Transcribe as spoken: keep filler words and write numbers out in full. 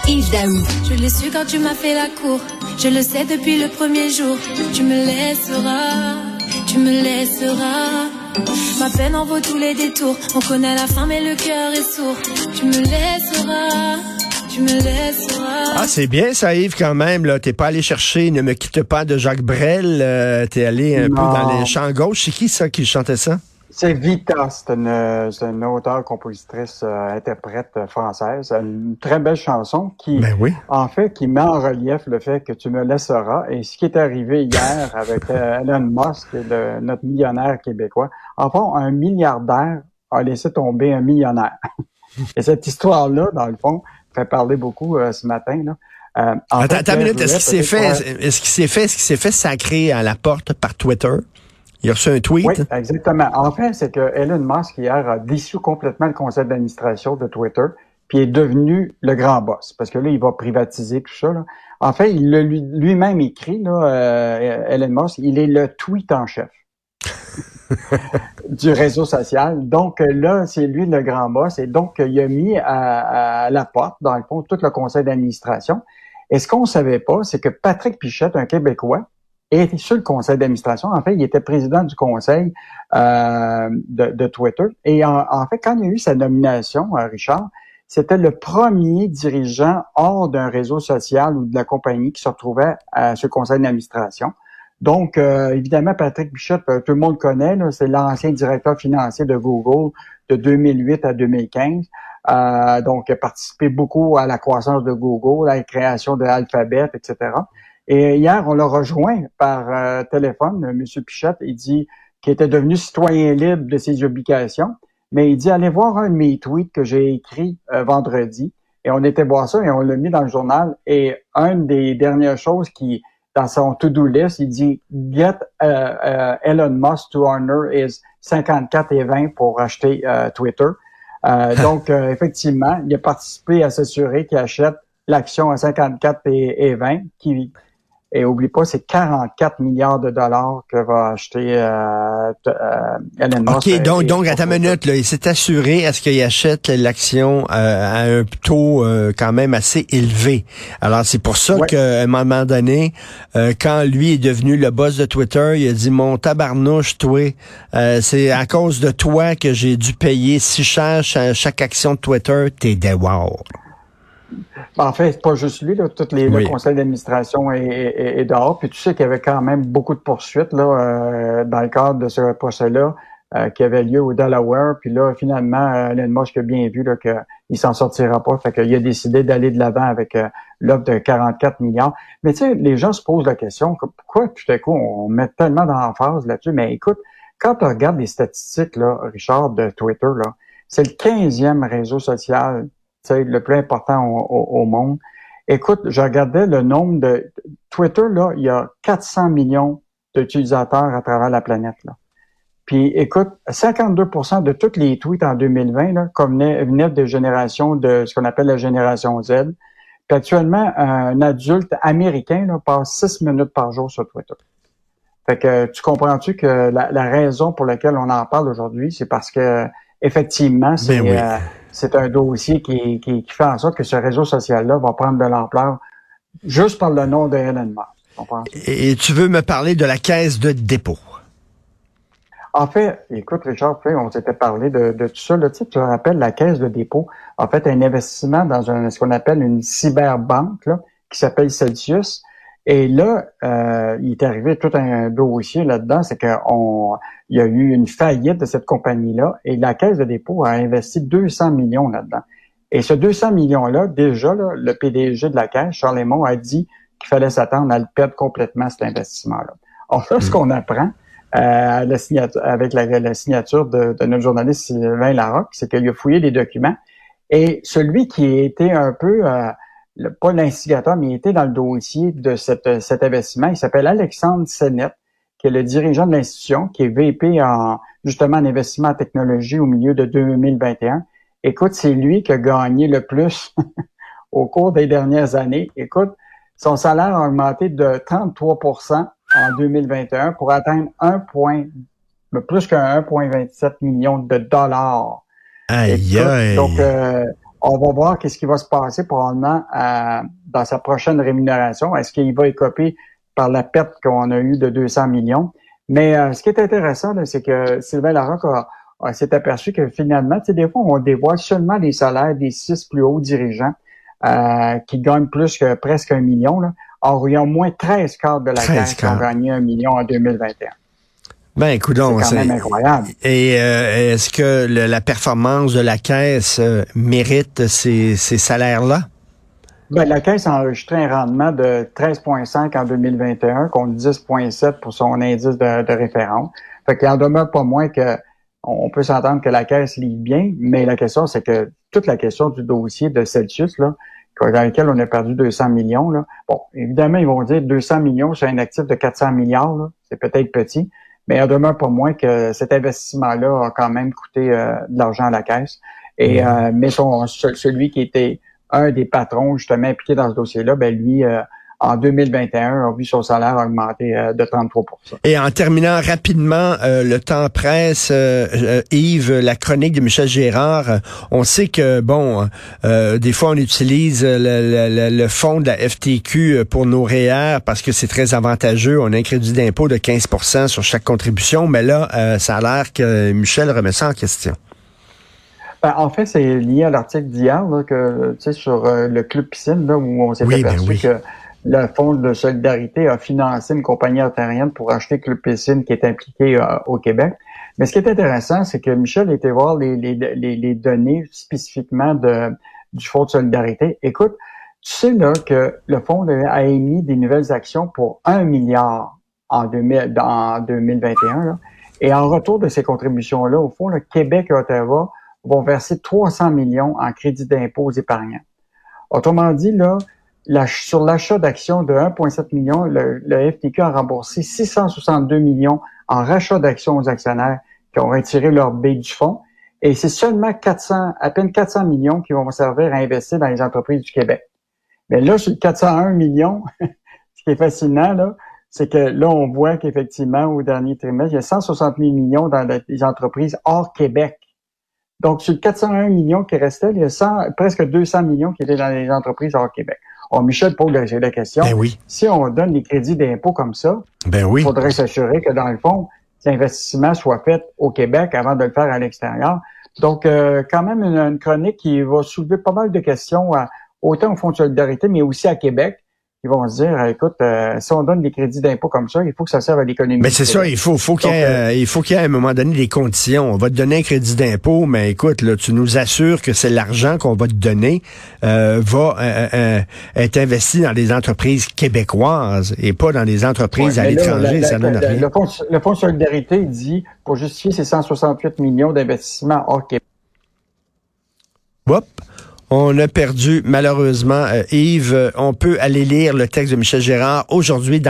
Yves Daou. Je l'ai su quand tu m'as fait la cour. Je le sais depuis le premier jour. Tu me laisseras, tu me laisseras. Ma peine en vaut tous les détours. On connaît la fin mais le cœur est sourd. Tu me laisseras, tu me laisseras. Ah, c'est bien ça, Yves, quand même. Là, t'es pas allé chercher Ne me quitte pas de Jacques Brel. Euh, t'es allé un non. peu dans les champs gauches. C'est qui ça qui chantait ça? C'est Vita, c'est une, c'est une auteure, compositrice, euh, interprète française. Une très belle chanson qui, ben oui. en fait, qui met en relief le fait que tu me laisseras. Et ce qui est arrivé hier avec euh, Elon Musk, le, notre millionnaire québécois, en fait, un milliardaire a laissé tomber un millionnaire. Et cette histoire-là, dans le fond, fait parler beaucoup euh, ce matin, là. Euh, attends, attends une minute, est-ce qu'il s'est fait, est-ce qu'il s'est fait, est-ce qu'il s'est fait sacrer à la porte par Twitter? Il a reçu un tweet? Oui, exactement. En fait, c'est que Elon Musk, hier, a dissous complètement le conseil d'administration de Twitter, puis est devenu le grand boss. Parce que là, il va privatiser tout ça, là. En fait, il l'a lui, lui-même écrit, là, euh, Elon Musk, il est le tweet en chef du réseau social. Donc là, c'est lui le grand boss. Et donc, il a mis à, à la porte, dans le fond, tout le conseil d'administration. Et ce qu'on ne savait pas, c'est que Patrick Pichette, un Québécois, est sur le conseil d'administration. En fait, il était président du conseil euh, de, de Twitter. Et en, en fait, quand il y a eu sa nomination, euh, Richard, c'était le premier dirigeant hors d'un réseau social ou de la compagnie qui se retrouvait à ce conseil d'administration. Donc, euh, évidemment, Patrick Pichette, euh, tout le monde connaît, là, c'est l'ancien directeur financier de Google de deux mille huit à deux mille quinze. Euh, donc, il a participé beaucoup à la croissance de Google, à la création de Alphabet, et cetera. Et hier, on l'a rejoint par euh, téléphone, M. Pichette. Il dit qu'il était devenu citoyen libre de ses obligations, mais il dit, allez voir un de mes tweets que j'ai écrit euh, vendredi. Et on était voir ça et on l'a mis dans le journal. Et une des dernières choses qui, dans son to-do list, il dit, get uh, uh, Elon Musk to honor is cinquante-quatre et vingt pour acheter uh, Twitter. Euh, donc, euh, effectivement, il a participé à s'assurer qu'il achète l'action à cinquante-quatre et vingt, qui Et oublie pas, c'est quarante-quatre milliards de dollars que va acheter euh, euh, Elon Musk. OK, donc, donc à ta minute, là, il s'est assuré, est-ce qu'il achète l'action euh, à un taux euh, quand même assez élevé? Alors, c'est pour ça ouais. qu'à un moment donné, euh, quand lui est devenu le boss de Twitter, il a dit, mon tabarnouche, toi, euh, c'est à cause de toi que j'ai dû payer si cher chaque action de Twitter, t'es des wow. En fait, c'est pas juste lui, là, tout les, oui. le conseil d'administration est, est, est dehors. Puis tu sais qu'il y avait quand même beaucoup de poursuites là euh, dans le cadre de ce procès-là euh, qui avait lieu au Delaware. Puis là, finalement, euh, Elon Musk a bien vu là, qu'il s'en sortira pas. Fait qu'il a décidé d'aller de l'avant avec euh, l'offre de quarante-quatre milliards. Mais tu sais, les gens se posent la question, pourquoi tout à coup on met tellement d'emphase là-dessus? Mais écoute, quand tu regardes les statistiques, là, Richard, de Twitter, là, c'est le quinzième réseau social le plus important au, au, au monde. Écoute, je regardais le nombre de... Twitter, là, il y a quatre cents millions d'utilisateurs à travers la planète, là. Puis, écoute, cinquante-deux pour cent de tous les tweets en deux mille vingt, là, comme venaient, venaient de génération de ce qu'on appelle la génération Z. Puis actuellement, un adulte américain, là, passe six minutes par jour sur Twitter. Fait que, tu comprends-tu que la, la raison pour laquelle on en parle aujourd'hui, c'est parce que, effectivement, c'est... Ben oui. euh, c'est un dossier qui, qui, qui fait en sorte que ce réseau social-là va prendre de l'ampleur juste par le nom de Elon Musk. Et, et tu veux me parler de la caisse de dépôt? En fait, écoute, Richard, on s'était parlé de, de tout ça. Là, tu sais, tu te rappelles, la caisse de dépôt, en fait, un investissement dans un, ce qu'on appelle une cyberbanque là, qui s'appelle Celsius. Et là, euh, il est arrivé tout un dossier là-dedans, c'est qu'on, il y a eu une faillite de cette compagnie-là et la Caisse de dépôt a investi deux cents millions là-dedans. Et ce deux cents millions-là, déjà, là, le P D G de la Caisse, Charles Lemont, a dit qu'il fallait s'attendre à le perdre complètement, cet investissement-là. Alors là, ce qu'on apprend euh, la signature, avec la, la signature de, de notre journaliste Sylvain Larocque, c'est qu'il a fouillé les documents et celui qui était un peu... Euh, Le, pas l'instigateur, mais il était dans le dossier de cette, cet investissement. Il s'appelle Alexandre Sennett, qui est le dirigeant de l'institution, qui est V P en, justement, en investissement en technologie au milieu de deux mille vingt et un. Écoute, c'est lui qui a gagné le plus au cours des dernières années. Écoute, son salaire a augmenté de trente-trois pour cent en deux mille vingt et un pour atteindre un point, plus qu'un un virgule vingt-sept million de dollars. Aïe, aïe. Donc, euh, on va voir qu'est-ce qui va se passer probablement à, dans sa prochaine rémunération. Est-ce qu'il va écoper par la perte qu'on a eue de deux cents millions? Mais euh, ce qui est intéressant, là, c'est que Sylvain Larocque a, a, s'est aperçu que finalement, tu sais, des fois, on dévoile seulement les salaires des six plus hauts dirigeants euh, qui gagnent plus que presque un million. Là. Or, il y a au moins treize cadres de la Caisse qui ont gagné un million en deux mille vingt et un. Ben, écoute donc, c'est quand même incroyable. Et euh, est-ce que le, la performance de la Caisse euh, mérite ces, ces salaires-là? Ben, la Caisse a enregistré un rendement de treize virgule cinq en deux mille vingt et un contre dix virgule sept pour son indice de, de référence. Fait qu'il en demeure pas moins que on peut s'entendre que la Caisse livre bien, mais la question, c'est que toute la question du dossier de Celsius, là, dans lequel on a perdu deux cents millions, là. Bon, évidemment, ils vont dire deux cents millions sur un actif de quatre cents milliards, là. C'est peut-être petit, mais il en demeure pas moins que cet investissement-là a quand même coûté euh, de l'argent à la Caisse. Et euh, mais son, celui qui était un des patrons justement impliqués dans ce dossier-là, ben lui, euh, en deux mille vingt et un, a vu son salaire augmenter euh, de trente-trois pour cent. Et en terminant rapidement, euh, le temps presse, euh, euh, Yves, la chronique de Michel Gérard, euh, on sait que, bon, euh, des fois on utilise le, le, le fonds de la F T Q pour nos R E E R parce que c'est très avantageux. On a un crédit d'impôt de quinze pour cent sur chaque contribution, mais là, euh, ça a l'air que Michel remet ça en question. Ben, en fait, c'est lié à l'article d'hier, là, que, tu sais, sur euh, le Club Piscine, là, où on s'est oui, aperçu oui. que le Fonds de solidarité a financé une compagnie aérienne pour acheter Club Piscine qui est impliqué euh, au Québec. Mais ce qui est intéressant, c'est que Michel était voir les, les, les, les données spécifiquement de, du Fonds de solidarité. Écoute, tu sais là que le Fonds a émis des nouvelles actions pour un milliard en, deux mille, en deux mille vingt et un. Là, et en retour de ces contributions-là, au fond, le Québec et Ottawa vont verser trois cents millions en crédit d'impôt aux épargnants. Autrement dit, là, la, sur l'achat d'actions de un virgule sept million, le, le F T Q a remboursé six cent soixante-deux millions en rachat d'actions aux actionnaires qui ont retiré leur baie du fonds. Et c'est seulement quatre cents, à peine quatre cents millions qui vont servir à investir dans les entreprises du Québec. Mais là, sur quatre cent un millions, ce qui est fascinant, là, c'est que là, on voit qu'effectivement, au dernier trimestre, il y a cent soixante mille millions dans les entreprises hors Québec. Donc, sur le quatre cent un millions qui restait, il y a cent, presque deux cents millions qui étaient dans les entreprises hors Québec. Alors, Michel pose la, la question. Ben oui. Si on donne des crédits d'impôt comme ça, ben oui. il faudrait s'assurer que, dans le fond, l'investissement soit fait au Québec avant de le faire à l'extérieur. Donc, euh, quand même, une, une chronique qui va soulever pas mal de questions, à, autant au Fonds de solidarité, mais aussi à Québec. Ils vont se dire, écoute, euh, si on donne des crédits d'impôt comme ça, il faut que ça serve à l'économie. Mais c'est ça, il faut, faut qu'il y ait, euh, il faut qu'il y ait à un moment donné des conditions. On va te donner un crédit d'impôt, mais écoute, là, tu nous assures que c'est l'argent qu'on va te donner euh, va euh, euh, être investi dans des entreprises québécoises et pas dans des entreprises ouais, à l'étranger. Ça donne rien. Le fonds, le fonds de solidarité dit, pour justifier ces cent soixante-huit millions d'investissements hors Québec. Hop. On a perdu, malheureusement, euh, Yves. On peut aller lire le texte de Michel Gérard aujourd'hui dans